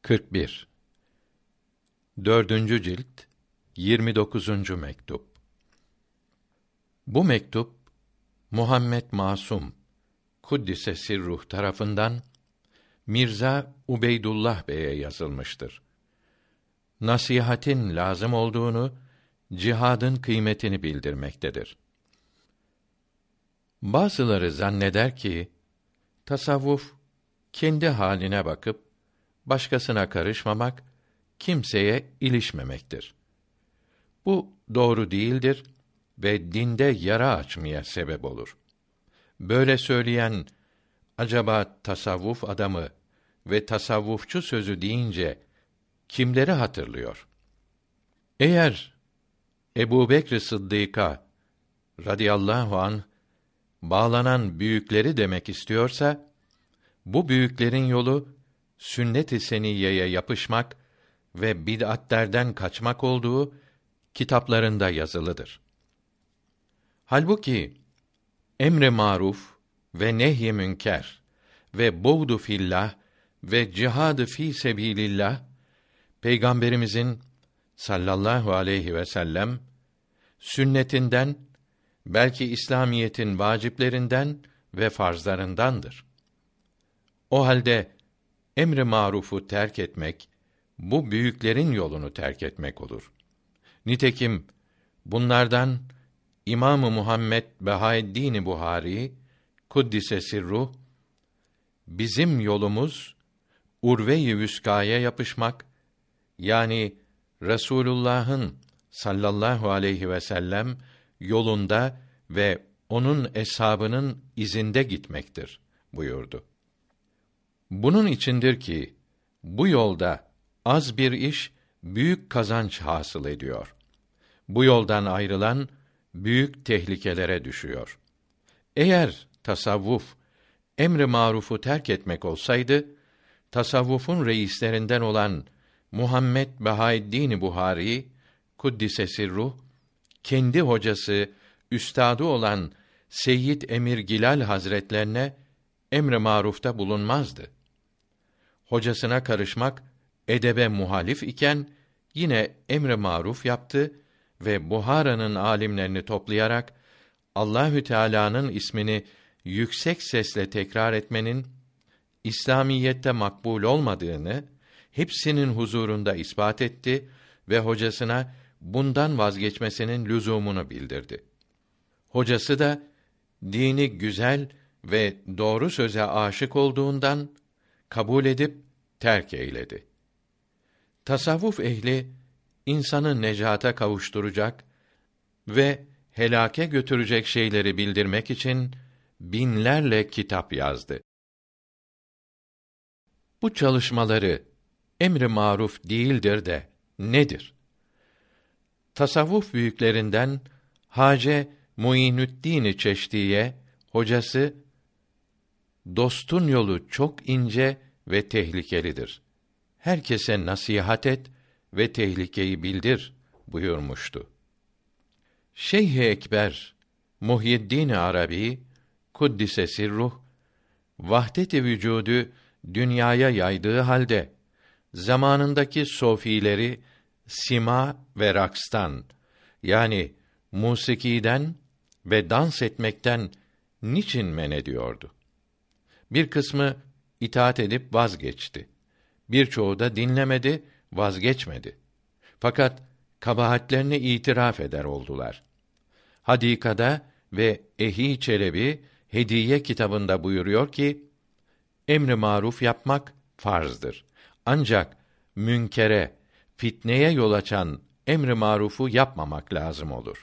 41. Dördüncü cilt 29. mektup. Bu mektup Muhammed Masum Kuddise Sirruh tarafından Mirza Ubeydullah Bey'e yazılmıştır. Nasihatin lazım olduğunu, cihadın kıymetini bildirmektedir. Bazıları zanneder ki tasavvuf kendi haline bakıp başkasına karışmamak, kimseye ilişmemektir. Bu doğru değildir ve dinde yara açmaya sebep olur. Böyle söyleyen, acaba tasavvuf adamı ve tasavvufçu sözü deyince kimleri hatırlıyor? Eğer Ebu Bekr Sıddık'a radıyallahu anh bağlanan büyükleri demek istiyorsa, bu büyüklerin yolu sünnet-i seniyyeye yapışmak ve bid'atlerden kaçmak olduğu kitaplarında yazılıdır. Halbuki emr-i maruf ve nehy-i münker ve buğdu fillah ve cihad-ı fî sebilillah Peygamberimizin sallallahu aleyhi ve sellem sünnetinden, belki İslamiyetin vaciplerinden ve farzlarındandır. O halde emr-i marufu terk etmek, bu büyüklerin yolunu terk etmek olur. Nitekim bunlardan İmam-ı Muhammed Behaeddin Buhari Kuddise Sirruh, bizim yolumuz urve-i vüskâya yapışmak, yani Resulullah'ın sallallahu aleyhi ve sellem yolunda ve onun eshabının izinde gitmektir buyurdu. Bunun içindir ki bu yolda az bir iş büyük kazanç hasıl ediyor. Bu yoldan ayrılan büyük tehlikelere düşüyor. Eğer tasavvuf emr-i marufu terk etmek olsaydı, tasavvufun reislerinden olan Muhammed Behaeddin Buhari Kuddise Sirruh, kendi hocası, üstadı olan Seyyid Emir Gilal Hazretlerine emr-i marufta bulunmazdı. Hocasına karışmak edebe muhalif iken yine emr-i maruf yaptı ve Buhara'nın alimlerini toplayarak Allahü Teala'nın ismini yüksek sesle tekrar etmenin İslamiyette makbul olmadığını hepsinin huzurunda ispat etti ve hocasına bundan vazgeçmesinin lüzumunu bildirdi. Hocası da dini güzel ve doğru söze aşık olduğundan kabul edip terk eyledi. Tasavvuf ehli insanı necata kavuşturacak ve helake götürecek şeyleri bildirmek için binlerle kitap yazdı. Bu çalışmaları emr-i maruf değildir de nedir? Tasavvuf büyüklerinden Hace Muinüddin Çeşdiye hocası, dostun yolu çok ince ve tehlikelidir. Herkese nasihat et ve tehlikeyi bildir buyurmuştu. Şeyh-i Ekber Muhyiddin Arabi Kuddise Sirruh, vahdet-i vücudu dünyaya yaydığı halde zamanındaki sofileri sima ve rakstan, yani musikiden ve dans etmekten niçin men ediyordu? Bir kısmı itaat edip vazgeçti. Birçoğu da dinlemedi, vazgeçmedi. Fakat kabahatlerini itiraf eder oldular. Hadikada ve Ehi Çelebi Hediye kitabında buyuruyor ki, emr-i maruf yapmak farzdır. Ancak münkere, fitneye yol açan emr-i marufu yapmamak lazım olur.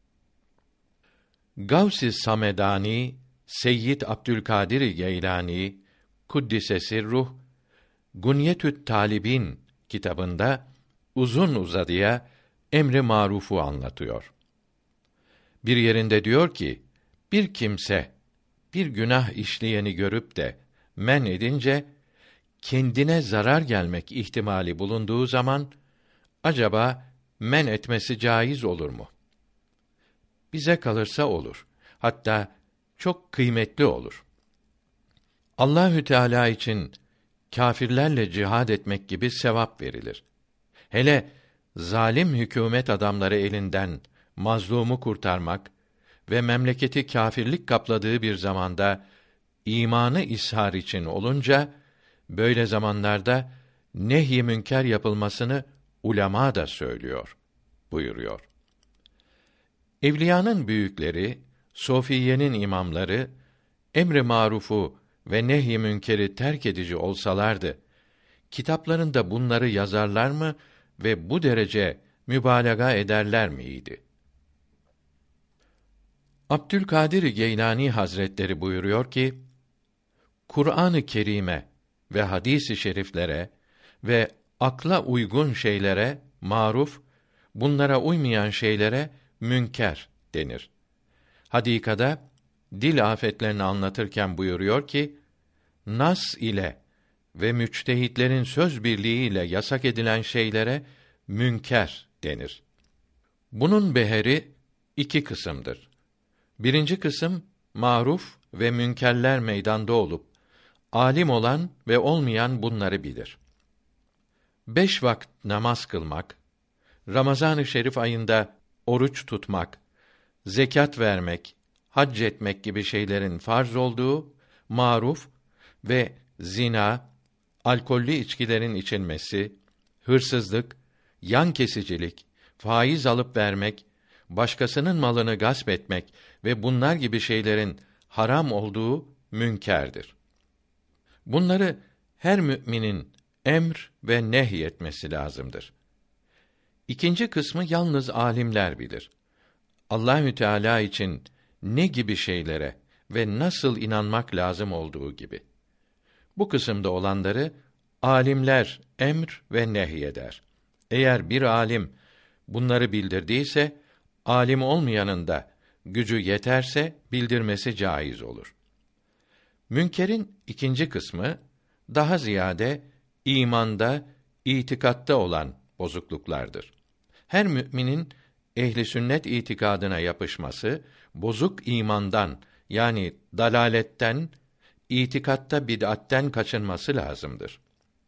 Gavs-ı Samedani Seyyid Abdülkadir Geylani Kuddise Sirruh, Gunyetü't Talibin kitabında uzun uzadıya emr-i marufu anlatıyor. Bir yerinde diyor ki, bir kimse bir günah işleyeni görüp de men edince kendine zarar gelmek ihtimali bulunduğu zaman acaba men etmesi caiz olur mu? Bize kalırsa olur. Hatta çok kıymetli olur. Allahü Teala için kâfirlerle cihad etmek gibi sevap verilir. Hele zalim hükümet adamları elinden mazlumu kurtarmak ve memleketi kâfirlik kapladığı bir zamanda imanı ishar için olunca, böyle zamanlarda nehy-i münker yapılmasını ulema da söylüyor buyuruyor. Evliyanın büyükleri, sofiyenin imamları emr-i marufu ve nehy-i münkeri terk edici olsalardı, kitaplarında bunları yazarlar mı ve bu derece mübalağa ederler miydi? Abdülkadir Geylani Hazretleri buyuruyor ki, Kur'an-ı Kerim'e ve hadis-i şeriflere ve akla uygun şeylere maruf, bunlara uymayan şeylere münker denir. Hadikada dil afetlerini anlatırken buyuruyor ki, nas ile ve müçtehitlerin söz birliğiyle yasak edilen şeylere münker denir. Bunun beheri iki kısımdır. Birinci kısım, maruf ve münkerler meydanda olup, alim olan ve olmayan bunları bilir. 5 vakit namaz kılmak, Ramazan-ı Şerif ayında oruç tutmak, zekat vermek, hac etmek gibi şeylerin farz olduğu, maruf ve zina, alkollü içkilerin içilmesi, hırsızlık, yan kesicilik, faiz alıp vermek, başkasının malını gasp etmek ve bunlar gibi şeylerin haram olduğu münkerdir. Bunları her müminin emr ve nehy etmesi lazımdır. İkinci kısmı yalnız alimler bilir. Allahü Teala için ne gibi şeylere ve nasıl inanmak lazım olduğu gibi. Bu kısımda olanları alimler emr ve nehy eder. Eğer bir alim bunları bildirdiyse, alim olmayanın da gücü yeterse bildirmesi caiz olur. Münkerin ikinci kısmı daha ziyade imanda, itikatta olan bozukluklardır. Her müminin ehli sünnet itikadına yapışması, bozuk imandan yani dalaletten, itikatta bid'atten kaçınması lazımdır.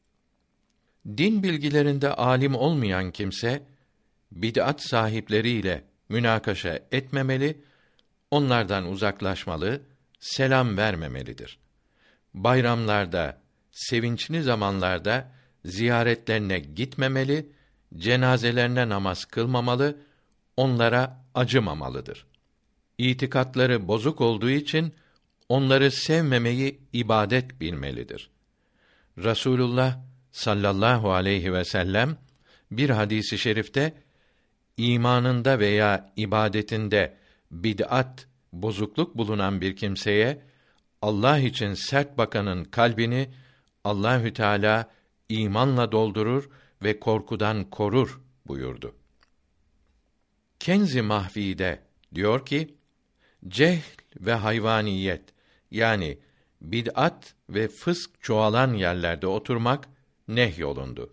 Din bilgilerinde alim olmayan kimse, bid'at sahipleriyle münakaşa etmemeli, onlardan uzaklaşmalı, selam vermemelidir. Bayramlarda, sevinçli zamanlarda ziyaretlerine gitmemeli, cenazelerine namaz kılmamalı, onlara acımamalıdır. İtikatları bozuk olduğu için onları sevmemeyi ibadet bilmelidir. Rasulullah sallallahu aleyhi ve sellem bir hadisi şerifte imanında veya ibadetinde bid'at, bozukluk bulunan bir kimseye Allah için sert bakanın kalbini Allahü Teala imanla doldurur ve korkudan korur buyurdu. Kenz-i Mahfi'de diyor ki, cehl ve hayvaniyet yani bid'at ve fısk çoğalan yerlerde oturmak nehyolundu.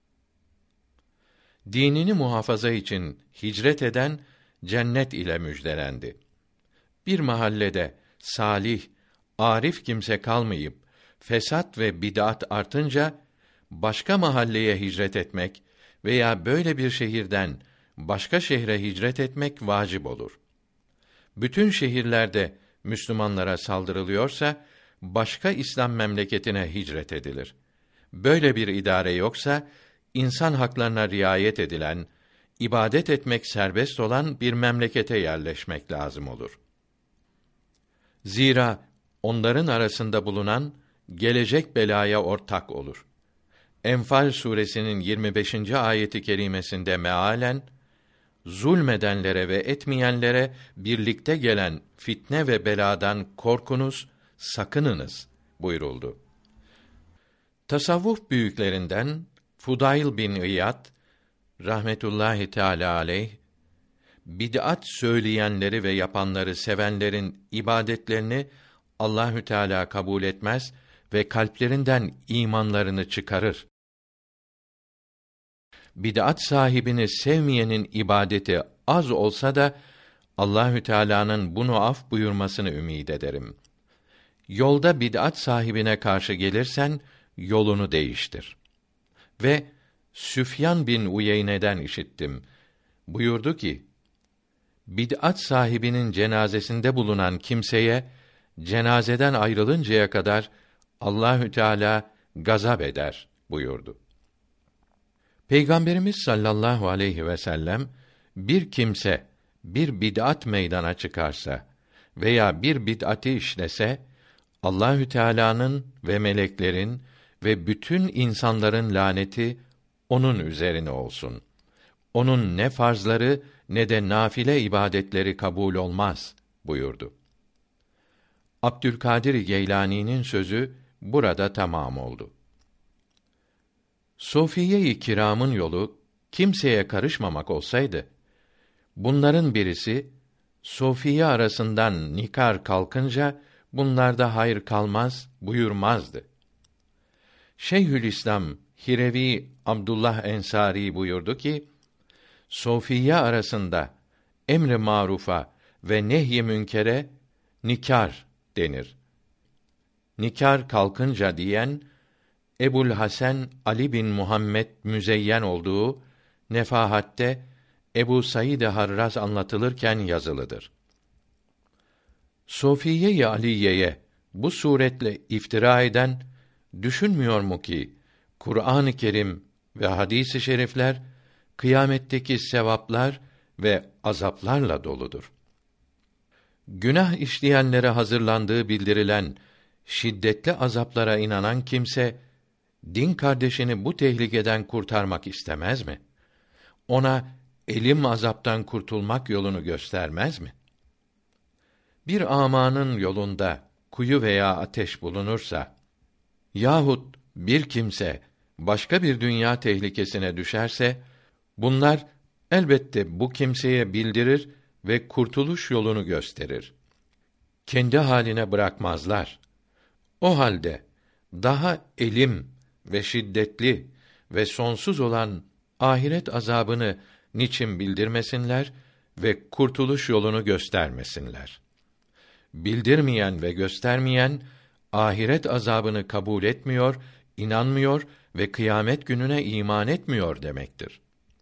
Dinini muhafaza için hicret eden cennet ile müjdelendi. Bir mahallede salih, arif kimse kalmayıp fesat ve bid'at artınca başka mahalleye hicret etmek veya böyle bir şehirden başka şehre hicret etmek vacip olur. Bütün şehirlerde Müslümanlara saldırılıyorsa başka İslam memleketine hicret edilir. Böyle bir idare yoksa insan haklarına riayet edilen, ibadet etmek serbest olan bir memlekete yerleşmek lazım olur. Zira onların arasında bulunan gelecek belaya ortak olur. Enfal suresinin 25. ayeti kerimesinde mealen zulmedenlere ve etmeyenlere birlikte gelen fitne ve beladan korkunuz, sakınınız buyuruldu. Tasavvuf büyüklerinden Fudayl bin İyad rahmetullahi teala aleyh, bid'at söyleyenleri ve yapanları sevenlerin ibadetlerini Allahü Teala kabul etmez ve kalplerinden imanlarını çıkarır. Bid'at sahibini sevmeyenin ibadeti az olsa da Allahü Teala'nın bunu af buyurmasını ümid ederim. Yolda bid'at sahibine karşı gelirsen yolunu değiştir. Ve Süfyan bin Uyeyne'den işittim. Buyurdu ki, bid'at sahibinin cenazesinde bulunan kimseye cenazeden ayrılıncaya kadar Allahü Teala gazap eder buyurdu. Peygamberimiz sallallahu aleyhi ve sellem, bir kimse bir bid'at meydana çıkarsa veya bir bid'ati işlese, Allahü Teala'nın ve meleklerin ve bütün insanların laneti onun üzerine olsun. Onun ne farzları ne de nafile ibadetleri kabul olmaz buyurdu. Abdülkadir Geylani'nin sözü burada tamam oldu. Sufiye-i kiramın yolu kimseye karışmamak olsaydı, bunların birisi sufiye arasından nikar kalkınca bunlarda hayır kalmaz buyurmazdı. Şeyhülislam Hirevi Abdullah Ensari buyurdu ki, sufiye arasında emr-i marufa ve nehy-i münkere nikar denir. Nikar kalkınca diyen, Ebu'l-Hasen Ali bin Muhammed Müzeyyen olduğu Nefahat'te Ebu Said-i Harraz anlatılırken yazılıdır. Sufiye-i Aliye'ye bu suretle iftira eden, düşünmüyor mu ki Kur'an-ı Kerim ve hadis-i şerifler kıyametteki sevaplar ve azaplarla doludur. Günah işleyenlere hazırlandığı bildirilen şiddetli azaplara inanan kimse, din kardeşini bu tehlikeden kurtarmak istemez mi? Ona elim azaptan kurtulmak yolunu göstermez mi? Bir amanın yolunda kuyu veya ateş bulunursa yahut bir kimse başka bir dünya tehlikesine düşerse, bunlar elbette bu kimseye bildirir ve kurtuluş yolunu gösterir. Kendi haline bırakmazlar. O halde daha elim ve şiddetli ve sonsuz olan ahiret azabını niçin bildirmesinler ve kurtuluş yolunu göstermesinler? Bildirmeyen ve göstermeyen ahiret azabını kabul etmiyor, inanmıyor ve kıyamet gününe iman etmiyor demektir.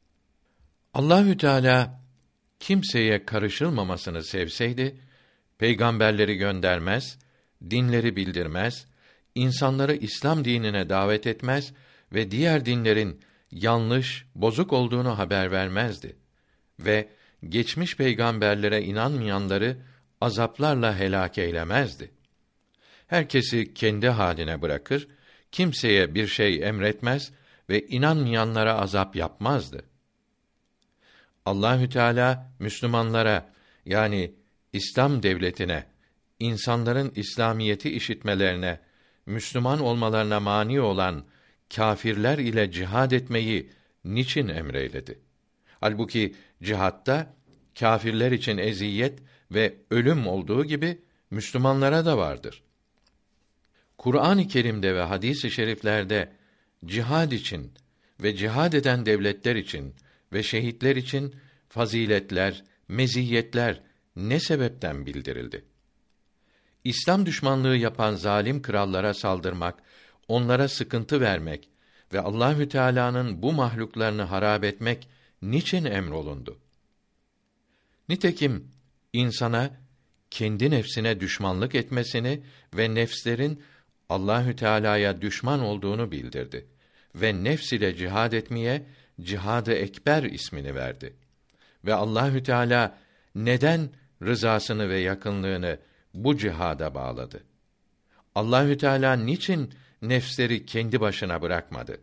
Allahü Teala kimseye karışılmamasını sevseydi, peygamberleri göndermez, dinleri bildirmez, insanları İslam dinine davet etmez ve diğer dinlerin yanlış, bozuk olduğunu haber vermezdi ve geçmiş peygamberlere inanmayanları azaplarla helak eylemezdi. Herkesi kendi haline bırakır, kimseye bir şey emretmez ve inanmayanlara azap yapmazdı. Allahü Teala Müslümanlara, yani İslam devletine, insanların İslamiyeti işitmelerine, Müslüman olmalarına mani olan kâfirler ile cihad etmeyi niçin emreyledi? Halbuki cihatta kâfirler için eziyet ve ölüm olduğu gibi Müslümanlara da vardır. Kur'an-ı Kerim'de ve hadis-i şeriflerde cihad için ve cihad eden devletler için ve şehitler için faziletler, meziyetler ne sebepten bildirildi? İslam düşmanlığı yapan zalim krallara saldırmak, onlara sıkıntı vermek ve Allahü Teala'nın bu mahluklarını harap etmek niçin emrolundu? Nitekim insana kendi nefsine düşmanlık etmesini ve nefslerin Allahü Teala'ya düşman olduğunu bildirdi ve nefs ile cihad etmeye Cihad-ı Ekber ismini verdi. Ve Allahü Teala neden rızasını ve yakınlığını bu cihada bağladı? Allahü Teala niçin nefsleri kendi başına bırakmadı?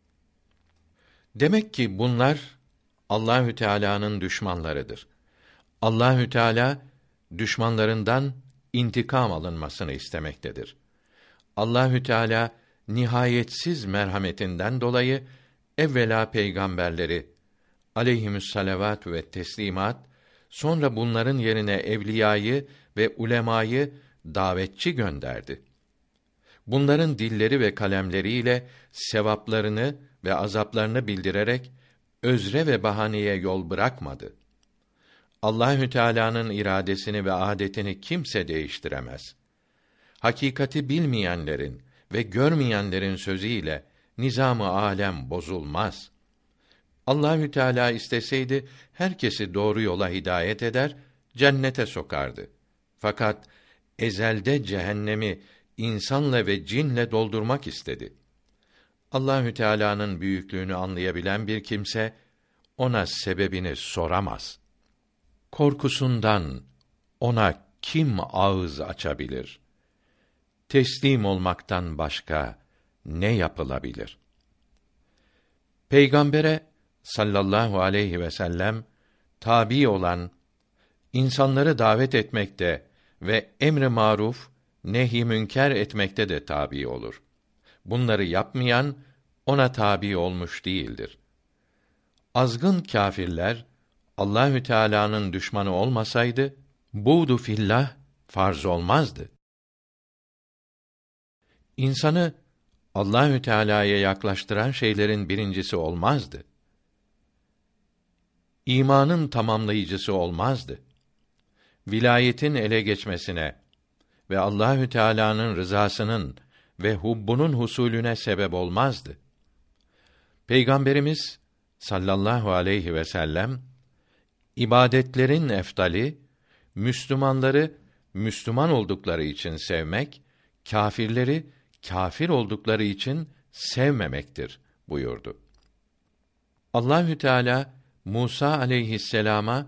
Demek ki bunlar Allahü Teala'nın düşmanlarıdır. Allahü Teala düşmanlarından intikam alınmasını istemektedir. Allahü Teala nihayetsiz merhametinden dolayı evvela peygamberleri aleyhimüsselavatü ve teslimat, sonra bunların yerine evliyayı ve ulemayı davetçi gönderdi. Bunların dilleri ve kalemleriyle sevaplarını ve azaplarını bildirerek özre ve bahaneye yol bırakmadı. Allahü Teala'nın iradesini ve adetini kimse değiştiremez. Hakikati bilmeyenlerin ve görmeyenlerin sözüyle nizam-ı alem bozulmaz. Allahü Teala isteseydi herkesi doğru yola hidayet eder, cennete sokardı. Fakat ezelde cehennemi insanla ve cinle doldurmak istedi. Allahü Teala'nın büyüklüğünü anlayabilen bir kimse ona sebebini soramaz. Korkusundan ona kim ağız açabilir? Teslim olmaktan başka ne yapılabilir? Peygambere sallallahu aleyhi ve sellem tabi olan, insanları davet etmekte ve emr-i maruf, nehy-i münker etmekte de tabi olur. Bunları yapmayan ona tabi olmuş değildir. Azgın kâfirler Allahü Teala'nın düşmanı olmasaydı buğdu fillah farz olmazdı. İnsanı Allahü Teala'ya yaklaştıran şeylerin birincisi olmazdı. İmanın tamamlayıcısı olmazdı. Vilayetin ele geçmesine ve Allahü Teala'nın rızasının ve hubbunun husulüne sebep olmazdı. Peygamberimiz sallallahu aleyhi ve sellem ibadetlerin eftali Müslümanları Müslüman oldukları için sevmek, kâfirleri kâfir oldukları için sevmemektir buyurdu. Allahü Teala Musa aleyhisselama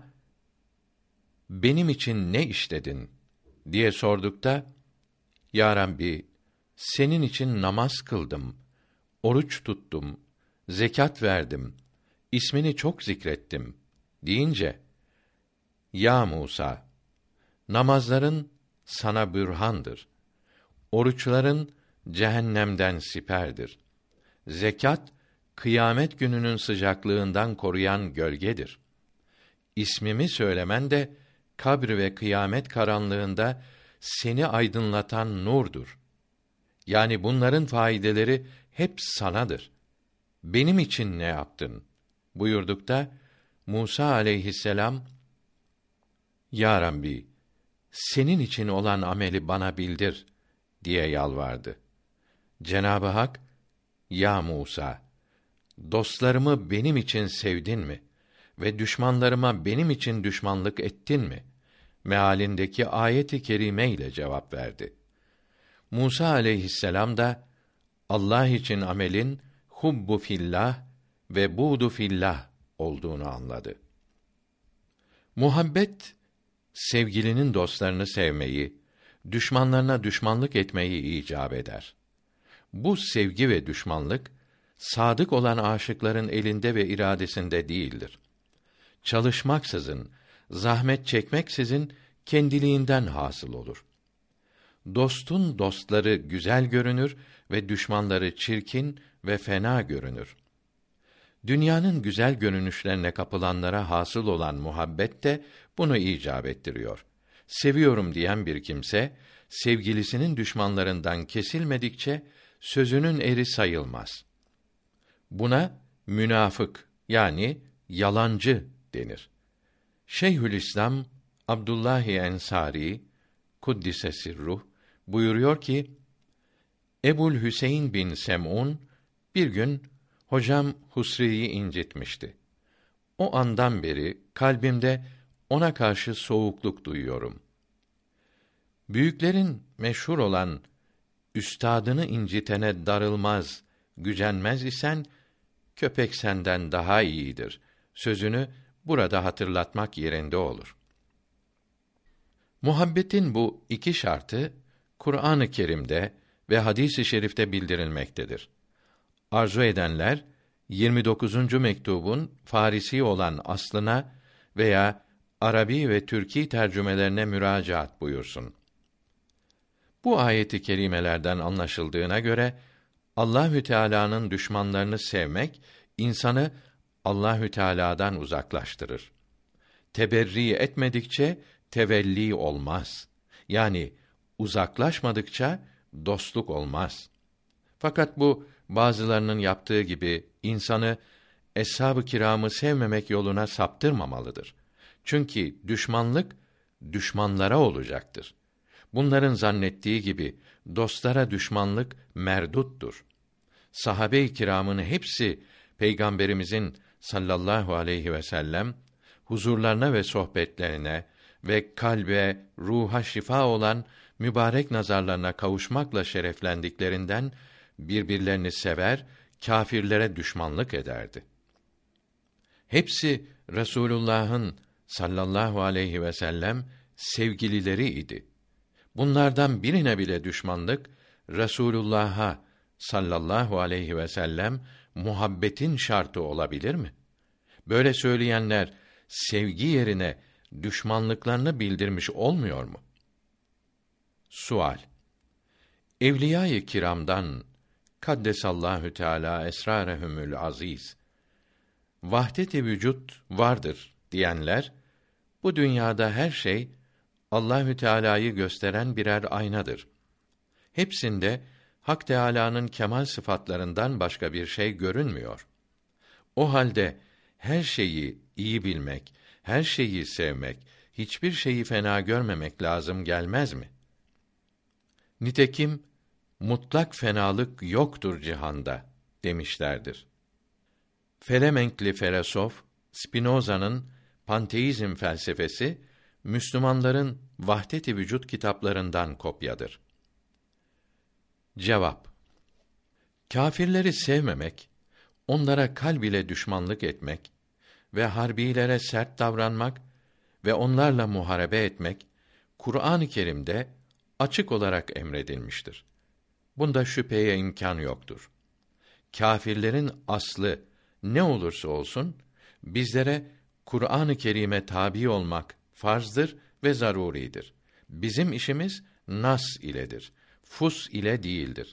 benim için ne işledin diye sordukta, Ya Rabbi, senin için namaz kıldım, oruç tuttum, zekat verdim, ismini çok zikrettim deyince, Ya Musa, namazların sana bürhandır, oruçların cehennemden siperdir, zekat kıyamet gününün sıcaklığından koruyan gölgedir. İsmimi söylemen de kabr ve kıyamet karanlığında seni aydınlatan nurdur. Yani bunların faydeleri hep sanadır. Benim için ne yaptın? Buyurdukta Musa aleyhisselam, Ya Rabbi, senin için olan ameli bana bildir diye yalvardı. Cenab-ı Hak, Ya Musa, dostlarımı benim için sevdin mi ve düşmanlarıma benim için düşmanlık ettin mi? Mealindeki ayet-i kerime ile cevap verdi. Musa aleyhisselam da Allah için amelin hubbu fillah ve buğdu fillah olduğunu anladı. Muhabbet, sevgilinin dostlarını sevmeyi, düşmanlarına düşmanlık etmeyi icap eder. Bu sevgi ve düşmanlık, sadık olan âşıkların elinde ve iradesinde değildir. Çalışmaksızın, zahmet çekmeksizin kendiliğinden hasıl olur. Dostun dostları güzel görünür ve düşmanları çirkin ve fena görünür. Dünyanın güzel görünüşlerine kapılanlara hasıl olan muhabbet de bunu icap ettiriyor. Seviyorum diyen bir kimse, sevgilisinin düşmanlarından kesilmedikçe sözünün eri sayılmaz. Buna münafık yani yalancı denir. Şeyhülislam Abdullah Ensari kuddise sirruh buyuruyor ki, Ebul Hüseyin bin Sem'un bir gün hocam Husri'yi incitmişti. O andan beri kalbimde ona karşı soğukluk duyuyorum. Büyüklerin meşhur olan üstadını incitene darılmaz, gücenmez isen köpek senden daha iyidir sözünü burada hatırlatmak yerinde olur. Muhabbetin bu iki şartı Kur'an-ı Kerim'de ve hadis-i şerifte bildirilmektedir. Arzu edenler 29. mektubun Farisi olan aslına veya Arabi ve Türki tercümelerine müracaat buyursun. Bu ayet-i kerimelerden anlaşıldığına göre Allahü Teala'nın düşmanlarını sevmek insanı Allahü Teala'dan uzaklaştırır. Teberri etmedikçe tevelli olmaz. Yani uzaklaşmadıkça dostluk olmaz. Fakat bu bazılarının yaptığı gibi insanı eshab-ı kiramı sevmemek yoluna saptırmamalıdır. Çünkü düşmanlık düşmanlara olacaktır. Bunların zannettiği gibi dostlara düşmanlık merduttur. Sahabe-i kiramın hepsi Peygamberimizin sallallahu aleyhi ve sellem huzurlarına ve sohbetlerine ve kalbe, ruha şifa olan mübarek nazarlarına kavuşmakla şereflendiklerinden birbirlerini sever, kâfirlere düşmanlık ederdi. Hepsi Resulullah'ın sallallahu aleyhi ve sellem sevgilileri idi. Bunlardan birine bile düşmanlık Resulullah'a sallallahu aleyhi ve sellem muhabbetin şartı olabilir mi? Böyle söyleyenler sevgi yerine düşmanlıklarını bildirmiş olmuyor mu? Sual: Evliya-i kiramdan kaddesallahu teâlâ esrarehumül aziz vahdet-i vücut vardır diyenler, bu dünyada her şey Allahü Teala'yı gösteren birer aynadır. Hepsinde Hak Teâlâ'nın kemal sıfatlarından başka bir şey görünmüyor. O halde her şeyi iyi bilmek, her şeyi sevmek, hiçbir şeyi fena görmemek lazım gelmez mi? Nitekim mutlak fenalık yoktur cihanda demişlerdir. Felemenkli filozof Spinoza'nın Panteizm felsefesi Müslümanların Vahdet-i Vücut kitaplarından kopyadır. Cevap: Kâfirleri sevmemek, onlara kalb ile düşmanlık etmek ve harbilere sert davranmak ve onlarla muharebe etmek Kur'an-ı Kerim'de açık olarak emredilmiştir. Bunda şüpheye imkân yoktur. Kâfirlerin aslı ne olursa olsun bizlere Kur'an-ı Kerim'e tabi olmak farzdır ve zaruridir. Bizim işimiz nas iledir. Fus ile değildir.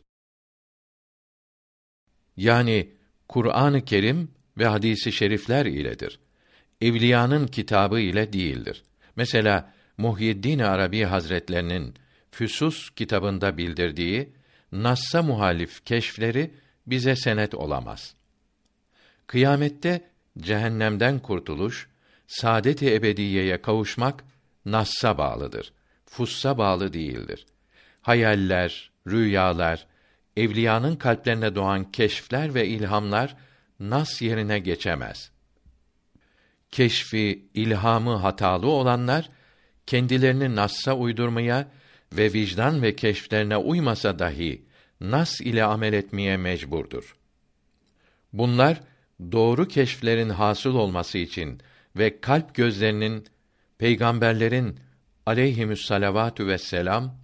Yani Kur'an-ı Kerim ve hadis-i şerifler iledir. Evliyanın kitabı ile değildir. Mesela Muhyiddin Arabi Hazretlerinin Füsus kitabında bildirdiği Nass'a muhalif keşfleri bize senet olamaz. Kıyamette cehennemden kurtuluş, saadet-i ebediyeye kavuşmak Nass'a bağlıdır. Fuss'a bağlı değildir. Hayaller, rüyalar, evliyanın kalplerine doğan keşfler ve ilhamlar Nas yerine geçemez. Keşfi, ilhamı hatalı olanlar kendilerini Nass'a uydurmaya ve vicdan ve keşflerine uymasa dahi Nas ile amel etmeye mecburdur. Bunlar doğru keşflerin hasıl olması için ve kalp gözlerinin peygamberlerin aleyhimüsselavatü vesselam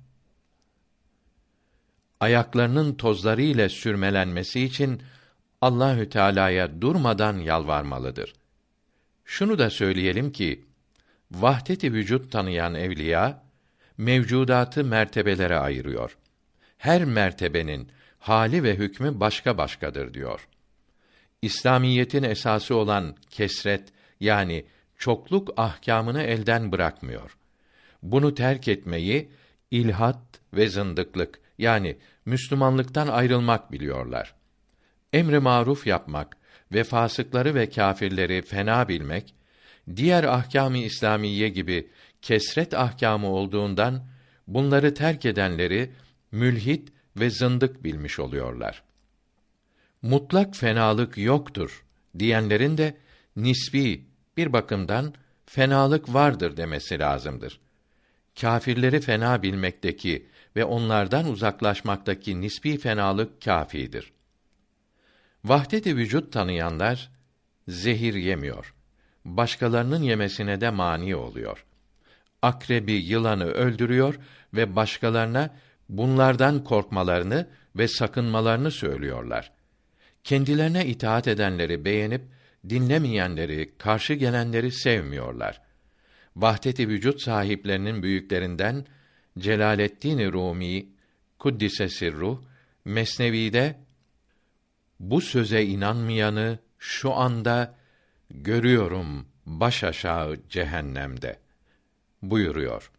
ayaklarının tozları ile sürmelenmesi için Allahü Teala'ya durmadan yalvarmalıdır. Şunu da söyleyelim ki vahdet-i vücut tanıyan evliya mevcudatı mertebelere ayırıyor. Her mertebenin hali ve hükmü başka başkadır diyor. İslamiyetin esası olan kesret yani çokluk ahkâmını elden bırakmıyor. Bunu terk etmeyi ilhat ve zındıklık yani Müslümanlıktan ayrılmak biliyorlar. Emri maruf yapmak ve fasıkları ve kâfirleri fena bilmek, diğer ahkâm-ı İslamiye gibi kesret ahkâmı olduğundan bunları terk edenleri mülhit ve zındık bilmiş oluyorlar. Mutlak fenalık yoktur diyenlerin de nisbi bir bakımdan fenalık vardır demesi lazımdır. Kâfirleri fena bilmekteki ve onlardan uzaklaşmaktaki nisbi fenalık kâfidir. Vahdet-i vücut tanıyanlar zehir yemiyor. Başkalarının yemesine de mani oluyor. Akrebi, yılanı öldürüyor ve başkalarına bunlardan korkmalarını ve sakınmalarını söylüyorlar. Kendilerine itaat edenleri beğenip dinlemeyenleri, karşı gelenleri sevmiyorlar. Vahdet-i vücut sahiplerinin büyüklerinden Celaleddin Rumi kuddise sirruh Mesnevi'de bu söze inanmayanı şu anda görüyorum baş aşağı cehennemde buyuruyor.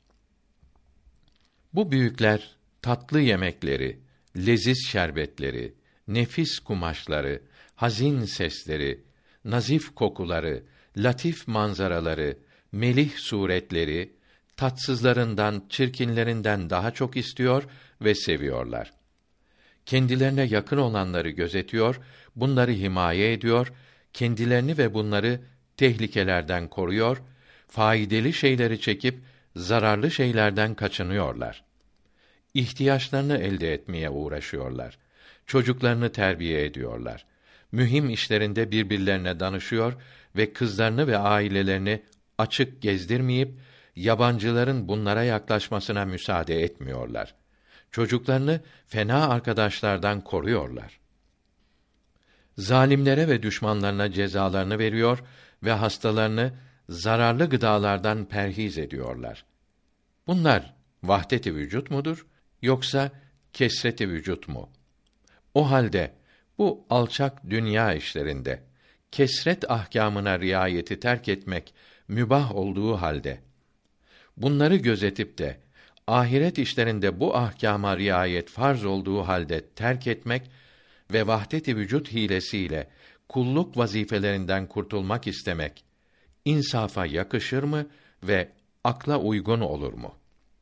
Bu büyükler tatlı yemekleri, leziz şerbetleri, nefis kumaşları, hazin sesleri, nazif kokuları, latif manzaraları, melih suretleri, tatsızlarından, çirkinlerinden daha çok istiyor ve seviyorlar. Kendilerine yakın olanları gözetiyor, bunları himaye ediyor, kendilerini ve bunları tehlikelerden koruyor, faydalı şeyleri çekip zararlı şeylerden kaçınıyorlar. İhtiyaçlarını elde etmeye uğraşıyorlar. Çocuklarını terbiye ediyorlar. Mühim işlerinde birbirlerine danışıyor ve kızlarını ve ailelerini açık gezdirmeyip yabancıların bunlara yaklaşmasına müsaade etmiyorlar. Çocuklarını fena arkadaşlardan koruyorlar. Zalimlere ve düşmanlarına cezalarını veriyor ve hastalarını zararlı gıdalardan perhiz ediyorlar. Bunlar vahdet-i vücut mudur yoksa kesret-i vücut mu? O halde bu alçak dünya işlerinde kesret ahkâmına riayeti terk etmek mübah olduğu halde bunları gözetip de ahiret işlerinde bu ahkâma riayet farz olduğu halde terk etmek ve vahdet-i vücut hilesiyle kulluk vazifelerinden kurtulmak istemek insafa yakışır mı ve akla uygun olur mu?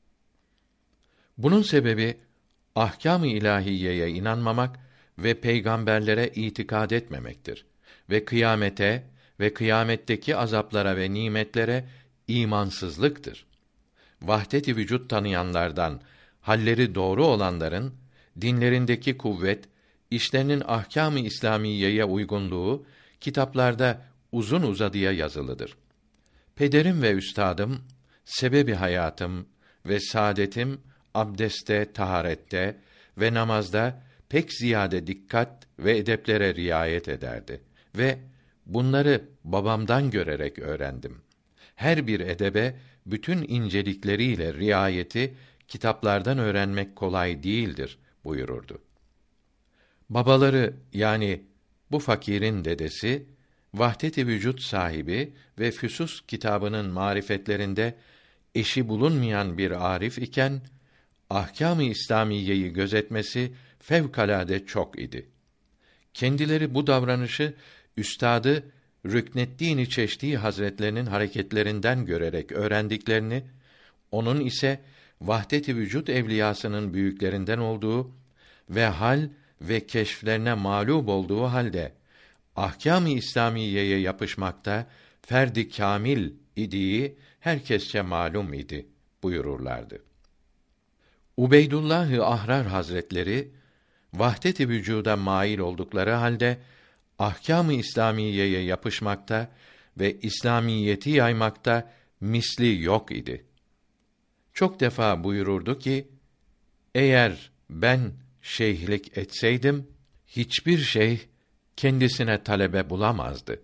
Bunun sebebi ahkâm-ı ilahiyeye inanmamak ve peygamberlere itikad etmemektir ve kıyamete ve kıyametteki azaplara ve nimetlere imansızlıktır. Vahdet-i vücut tanıyanlardan, halleri doğru olanların dinlerindeki kuvvet, işlerinin ahkâm-ı İslamiyeye uygunluğu kitaplarda uzun uzadıya yazılıdır. Pederim ve üstadım, sebebi hayatım ve saadetim abdeste, taharette ve namazda pek ziyade dikkat ve edeplere riayet ederdi ve bunları babamdan görerek öğrendim. Her bir edebe bütün incelikleriyle riayeti kitaplardan öğrenmek kolay değildir buyururdu. Babaları yani bu fakirin dedesi Vahdet-i Vücut sahibi ve Füsus kitabının marifetlerinde eşi bulunmayan bir arif iken ahkâm-ı İslamiyeyi gözetmesi fevkalade çok idi. Kendileri bu davranışı üstadı Rükneddin Çeşdî Hazretlerinin hareketlerinden görerek öğrendiklerini, onun ise Vahdet-i Vücut evliyasının büyüklerinden olduğu ve hal ve keşflerine mağlup olduğu halde ahkâm-ı İslamiyeye yapışmakta ferdi kâmil idiği herkesçe malum idi buyururlardı. Ubeydullah-ı Ahrar Hazretleri vahdet-i vücuda mail oldukları halde ahkâm-ı İslamiyeye yapışmakta ve İslamiyeti yaymakta misli yok idi. Çok defa buyururdu ki, eğer ben şeyhlik etseydim, hiçbir şeyh kendisine talebe bulamazdı.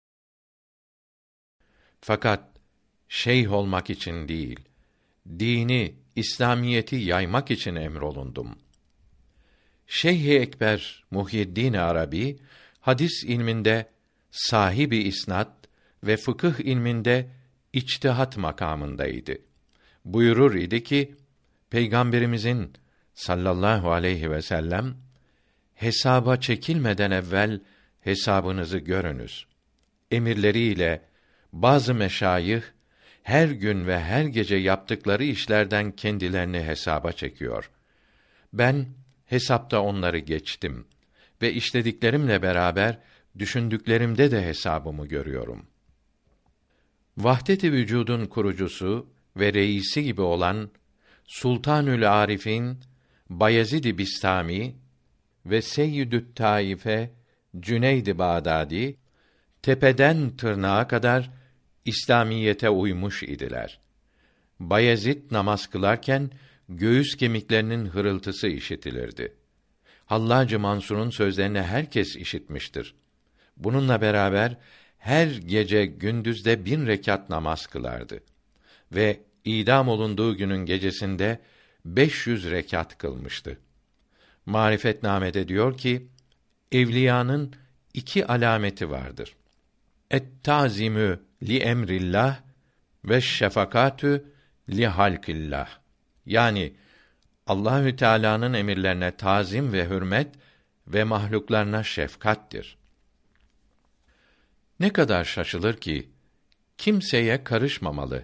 Fakat şeyh olmak için değil, dini, İslamiyeti yaymak için emrolundum. Şeyh-i Ekber Muhyiddin Arabi, hadis ilminde sahibi isnad ve fıkıh ilminde içtihat makamındaydı. Buyurur idi ki, Peygamberimizin sallallahu aleyhi ve sellem, hesaba çekilmeden evvel hesabınızı görünüz emirleriyle bazı meşayih her gün ve her gece yaptıkları işlerden kendilerini hesaba çekiyor. Ben hesapta onları geçtim ve işlediklerimle beraber düşündüklerimde de hesabımı görüyorum. Vahdet-i vücudun kurucusu ve reisi gibi olan Sultanül Arifin Bayezid-i Bistami ve Seyyidü't Taife Cüneyd-i Bağdadi tepeden tırnağa kadar İslamiyete uymuş idiler. Bayezid namaz kılarken göğüs kemiklerinin hırıltısı işitilirdi. Hallacı Mansur'un sözlerini herkes işitmiştir. Bununla beraber her gece gündüzde 1000 rekat namaz kılardı ve idam olunduğu günün gecesinde 500 rekat kılmıştı. Marifetnamede diyor ki, evliyanın 2 alameti vardır. Et-tazimü li emrillah ve şefakatü li halkillah. Yani Allahü Teala'nın emirlerine tazim ve hürmet ve mahluklarına şefkattir. Ne kadar şaşılır ki kimseye karışmamalı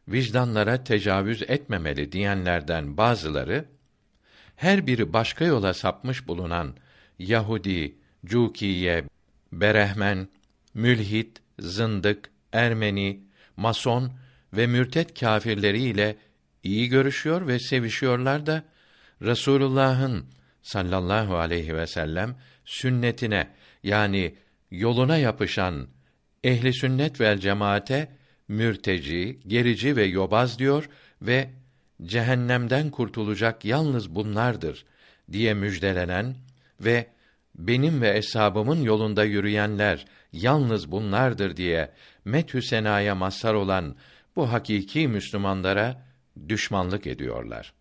vicdanlara tecavüz etmemeli diyenlerden bazıları, her biri başka yola sapmış bulunan Yahudi, Cukiye, Berehmen, mülhit, zındık, Ermeni, Mason ve mürtet kâfirleriyle iyi görüşüyor ve sevişiyorlar da Resulullah'ın sallallahu aleyhi ve sellem sünnetine, yani yoluna yapışan ehli sünnet vel cemaate mürteci, gerici ve yobaz diyor ve cehennemden kurtulacak yalnız bunlardır diye müjdelenen ve benim ve eshabımın yolunda yürüyenler yalnız bunlardır diye methü senaya mazhar olan bu hakiki Müslümanlara düşmanlık ediyorlar.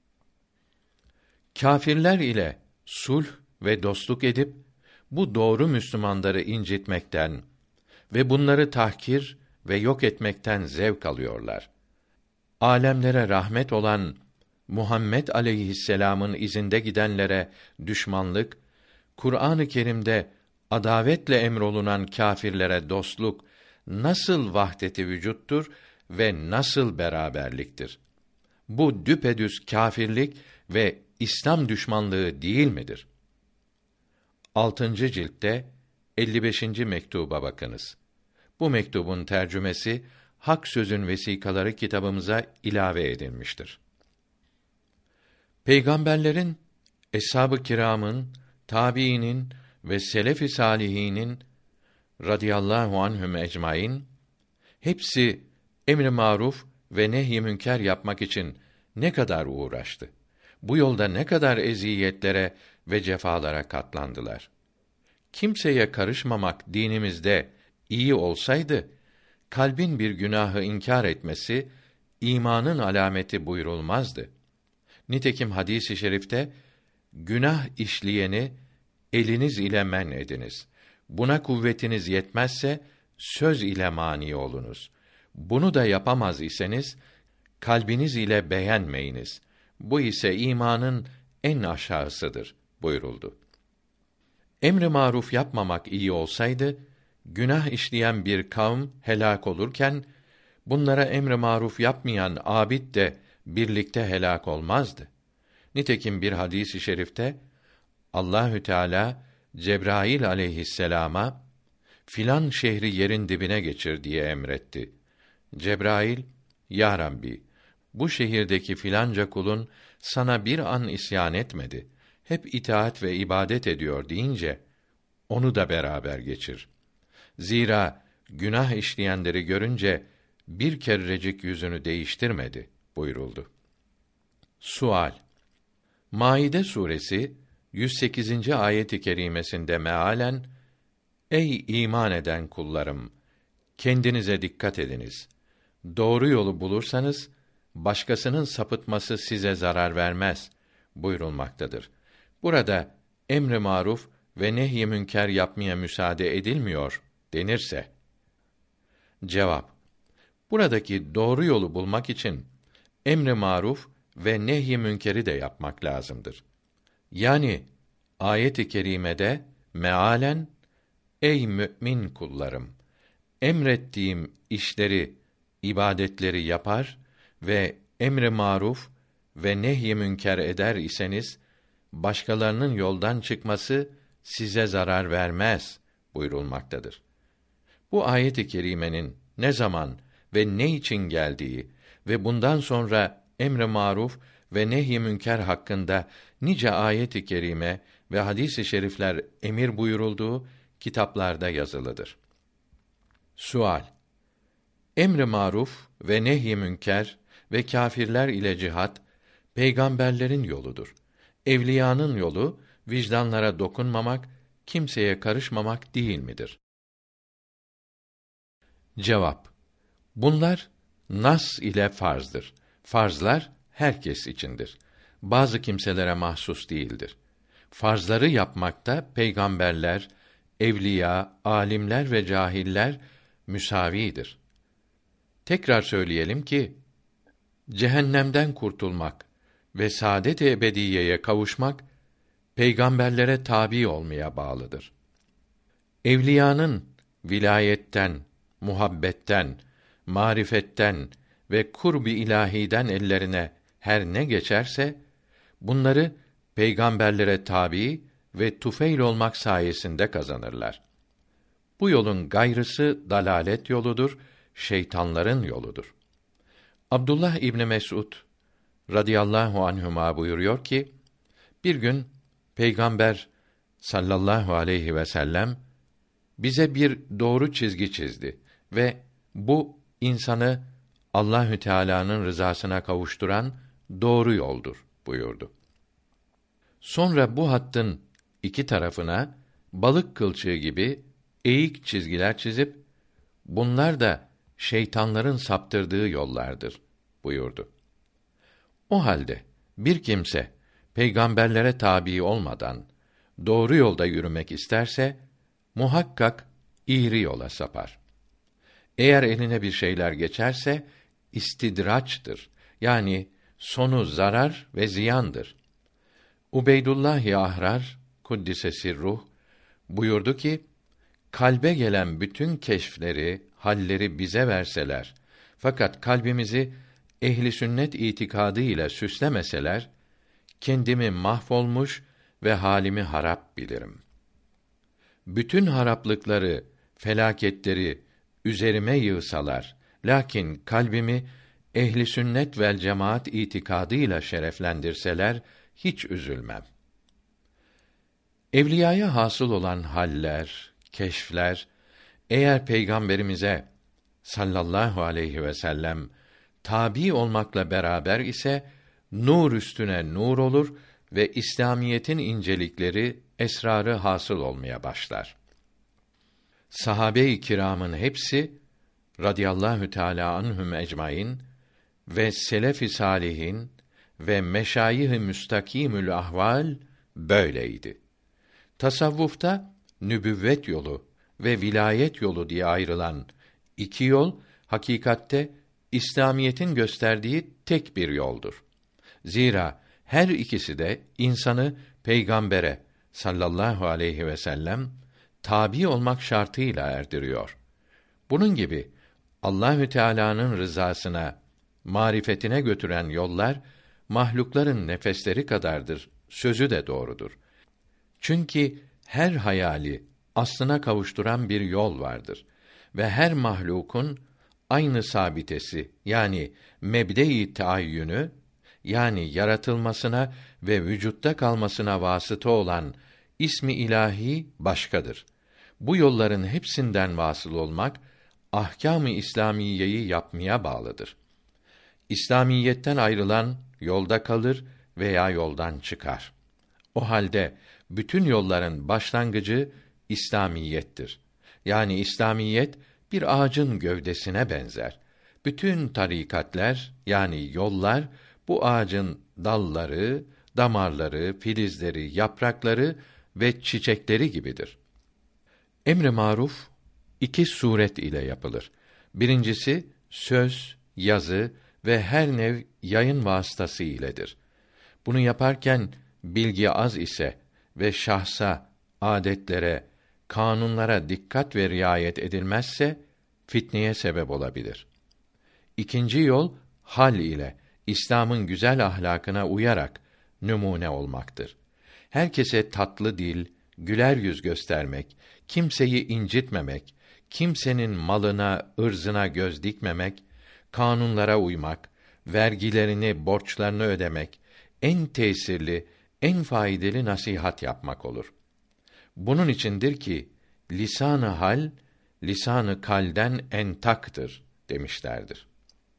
Kâfirler ile sulh ve dostluk edip bu doğru Müslümanları incitmekten ve bunları tahkir ve yok etmekten zevk alıyorlar. Âlemlere rahmet olan Muhammed aleyhisselam'ın izinde gidenlere düşmanlık, Kur'an-ı Kerim'de adavetle emrolunan kâfirlere dostluk nasıl vahdet-i vücuttur ve nasıl beraberliktir? Bu düpedüz kâfirlik ve İslam düşmanlığı değil midir? 6. ciltte 55. mektuba bakınız. Bu mektubun tercümesi Hak Sözün Vesikaları kitabımıza ilave edilmiştir. Peygamberlerin, eshab-ı kiramın, tabiinin ve selef-i salihinin radıyallahu anhum ecmaîn hepsi emr-i maruf ve nehy-i münker yapmak için ne kadar uğraştı. Bu yolda ne kadar eziyetlere ve cefalara katlandılar. Kimseye karışmamak dinimizde iyi olsaydı, kalbin bir günahı inkar etmesi imanın alameti buyurulmazdı. Nitekim hadis-i şerifte günah işleyeni eliniz ile men ediniz. Buna kuvvetiniz yetmezse söz ile mani olunuz. Bunu da yapamaz iseniz kalbiniz ile beğenmeyiniz. Bu ise imanın en aşağısıdır buyuruldu. Emr-i maruf yapmamak iyi olsaydı, günah işleyen bir kavm helak olurken, bunlara emr-i maruf yapmayan abid de birlikte helak olmazdı. Nitekim bir hadis-i şerifte Allahü Teala Cebrail aleyhisselama filan şehri yerin dibine geçir diye emretti. Cebrail, ya Rabbi, bu şehirdeki filanca kulun sana bir an isyan etmedi, hep itaat ve ibadet ediyor deyince, onu da beraber geçir. Zira günah işleyenleri görünce bir kerecik yüzünü değiştirmedi buyuruldu. Sual: Maide suresi 108. ayet-i kerimesinde mealen, ey iman eden kullarım, kendinize dikkat ediniz. Doğru yolu bulursanız başkasının sapıtması size zarar vermez buyurulmaktadır. Burada emr-i maruf ve nehy-i münker yapmaya müsaade edilmiyor denirse, cevap: buradaki doğru yolu bulmak için emr-i maruf ve nehy-i münkeri de yapmak lazımdır. Yani ayet-i kerimede mealen, ey mümin kullarım, emrettiğim işleri, ibadetleri yapar ve emr-i maruf ve nehy-i münker eder iseniz, başkalarının yoldan çıkması size zarar vermez buyurulmaktadır. Bu ayet-i kerimenin ne zaman ve ne için geldiği ve bundan sonra emr-i maruf ve nehy-i münker hakkında nice ayet-i kerime ve hadis-i şerifler emir buyurulduğu kitaplarda yazılıdır. Sual: Emr-i maruf ve nehy-i münker ve kâfirler ile cihat peygamberlerin yoludur. Evliyanın yolu vicdanlara dokunmamak, kimseye karışmamak değil midir? Cevap: bunlar nas ile farzdır. Farzlar herkes içindir. Bazı kimselere mahsus değildir. Farzları yapmakta peygamberler, evliya, alimler ve cahiller müsavidir. Tekrar söyleyelim ki, cehennemden kurtulmak ve saadet-i ebediyeye kavuşmak, peygamberlere tabi olmaya bağlıdır. Evliyanın vilayetten, muhabbetten, marifetten ve kurb-i ilahiden ellerine her ne geçerse, bunları peygamberlere tabi ve tufeyl olmak sayesinde kazanırlar. Bu yolun gayrısı dalalet yoludur, şeytanların yoludur. Abdullah İbni Mes'ud radıyallahu anhuma buyuruyor ki, bir gün Peygamber sallallahu aleyhi ve sellem bize bir doğru çizgi çizdi ve bu insanı Allahü Teala'nın rızasına kavuşturan doğru yoldur buyurdu. Sonra bu hattın iki tarafına balık kılçığı gibi eğik çizgiler çizip, bunlar da şeytanların saptırdığı yollardır buyurdu. O halde bir kimse peygamberlere tabi olmadan doğru yolda yürümek isterse, muhakkak iğri yola sapar. Eğer eline bir şeyler geçerse, istidraçtır. Yani sonu zarar ve ziyandır. Ubeydullah Ahrar kuddise sirruh buyurdu ki, kalbe gelen bütün keşfleri, halleri bize verseler, fakat kalbimizi ehli sünnet itikadı ile süslemeseler, kendimi mahvolmuş ve halimi harap bilirim. Bütün haraplıkları, felaketleri üzerime yığsalar, lakin kalbimi ehli sünnet vel cemaat itikadıyla şereflendirseler, hiç üzülmem. Evliyaya hasıl olan haller, keşfler, eğer Peygamberimize sallallahu aleyhi ve sellem tabi olmakla beraber ise, nur üstüne nur olur ve İslamiyetin incelikleri, esrarı hasıl olmaya başlar. Sahabe-i kiramın hepsi radıyallahu teâlâ anhum ecmaîn ve selef-i sâlihin ve meşâyih-i müstakîmül ahval böyleydi. Tasavvufta nübüvvet yolu ve vilayet yolu diye ayrılan iki yol, hakikatte İslamiyetin gösterdiği tek bir yoldur. Zira her ikisi de insanı peygambere sallallahu aleyhi ve sellem tabi olmak şartıyla erdiriyor. Bunun gibi Allahü Teala'nın rızasına, marifetine götüren yollar mahlukların nefesleri kadardır. Sözü de doğrudur. Çünkü her hayali aslına kavuşturan bir yol vardır ve her mahlukun aynı sabitesi, yani mebde-i taayyünü, yani yaratılmasına ve vücutta kalmasına vasıta olan ismi ilahi başkadır. Bu yolların hepsinden vasıl olmak, ahkâm-ı İslamiyeyi yapmaya bağlıdır. İslamiyetten ayrılan yolda kalır veya yoldan çıkar. O halde bütün yolların başlangıcı İslamiyettir. Yani İslamiyet bir ağacın gövdesine benzer. Bütün tarikatler, yani yollar, bu ağacın dalları, damarları, filizleri, yaprakları ve çiçekleri gibidir. Emr-i maruf iki suret ile yapılır. Birincisi söz, yazı ve her nev yayın vasıtası iledir. Bunu yaparken bilgi az ise ve şahsa, adetlere, kanunlara dikkat ve riayet edilmezse fitneye sebep olabilir. İkinci yol hal ile İslam'ın güzel ahlakına uyarak numune olmaktır. Herkese tatlı dil, güler yüz göstermek, kimseyi incitmemek, kimsenin malına, ırzına göz dikmemek, kanunlara uymak, vergilerini, borçlarını ödemek, en tesirli, en faydalı nasihat yapmak olur. Bunun içindir ki lisan-ı hal, lisan-ı kalden entaktır demişlerdir.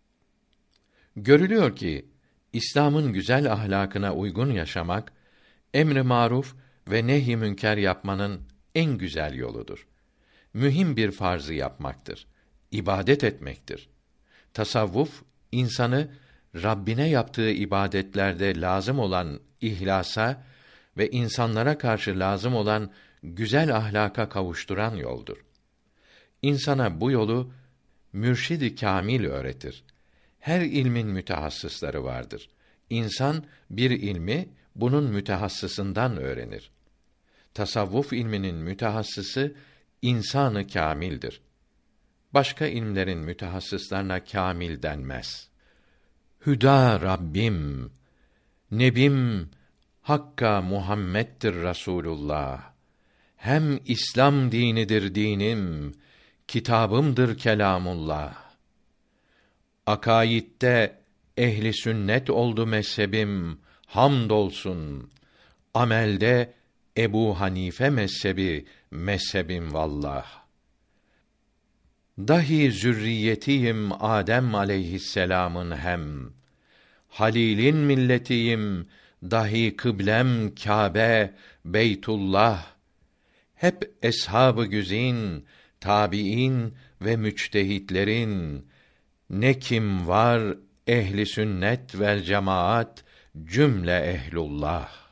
Görülüyor ki İslam'ın güzel ahlakına uygun yaşamak, emr-i maruf ve nehy-i münker yapmanın en güzel yoludur. Mühim bir farzı yapmaktır. İbadet etmektir. Tasavvuf insanı Rabbine yaptığı ibadetlerde lazım olan ihlasa ve insanlara karşı lazım olan güzel ahlaka kavuşturan yoldur. İnsana bu yolu mürşid-i kâmil öğretir. Her ilmin mütehassısları vardır. İnsan bir ilmi bunun mütehassısından öğrenir. Tasavvuf ilminin mütehassısı insan-ı kâmildir. Başka ilimlerin mütehassıslarına kâmil denmez. Hüda Rabbim, nebim Hakka Muhammed'dir Rasulullah. Hem İslam dinidir dinim, kitabımdır kelamullah. Akaidde ehli sünnet oldu mezhebim, hamdolsun. Amelde Ebu Hanife mezhebi, mezhebim vallah. Dahi zürriyetiyim Adem aleyhisselamın hem. Halil'in milletiyim, dahi kıblem Kâbe, Beytullah. Hep eshab-ı güzin, tabiin ve müçtehitlerin, ne kim var ehli sünnet vel cemaat, cümle ehlullah.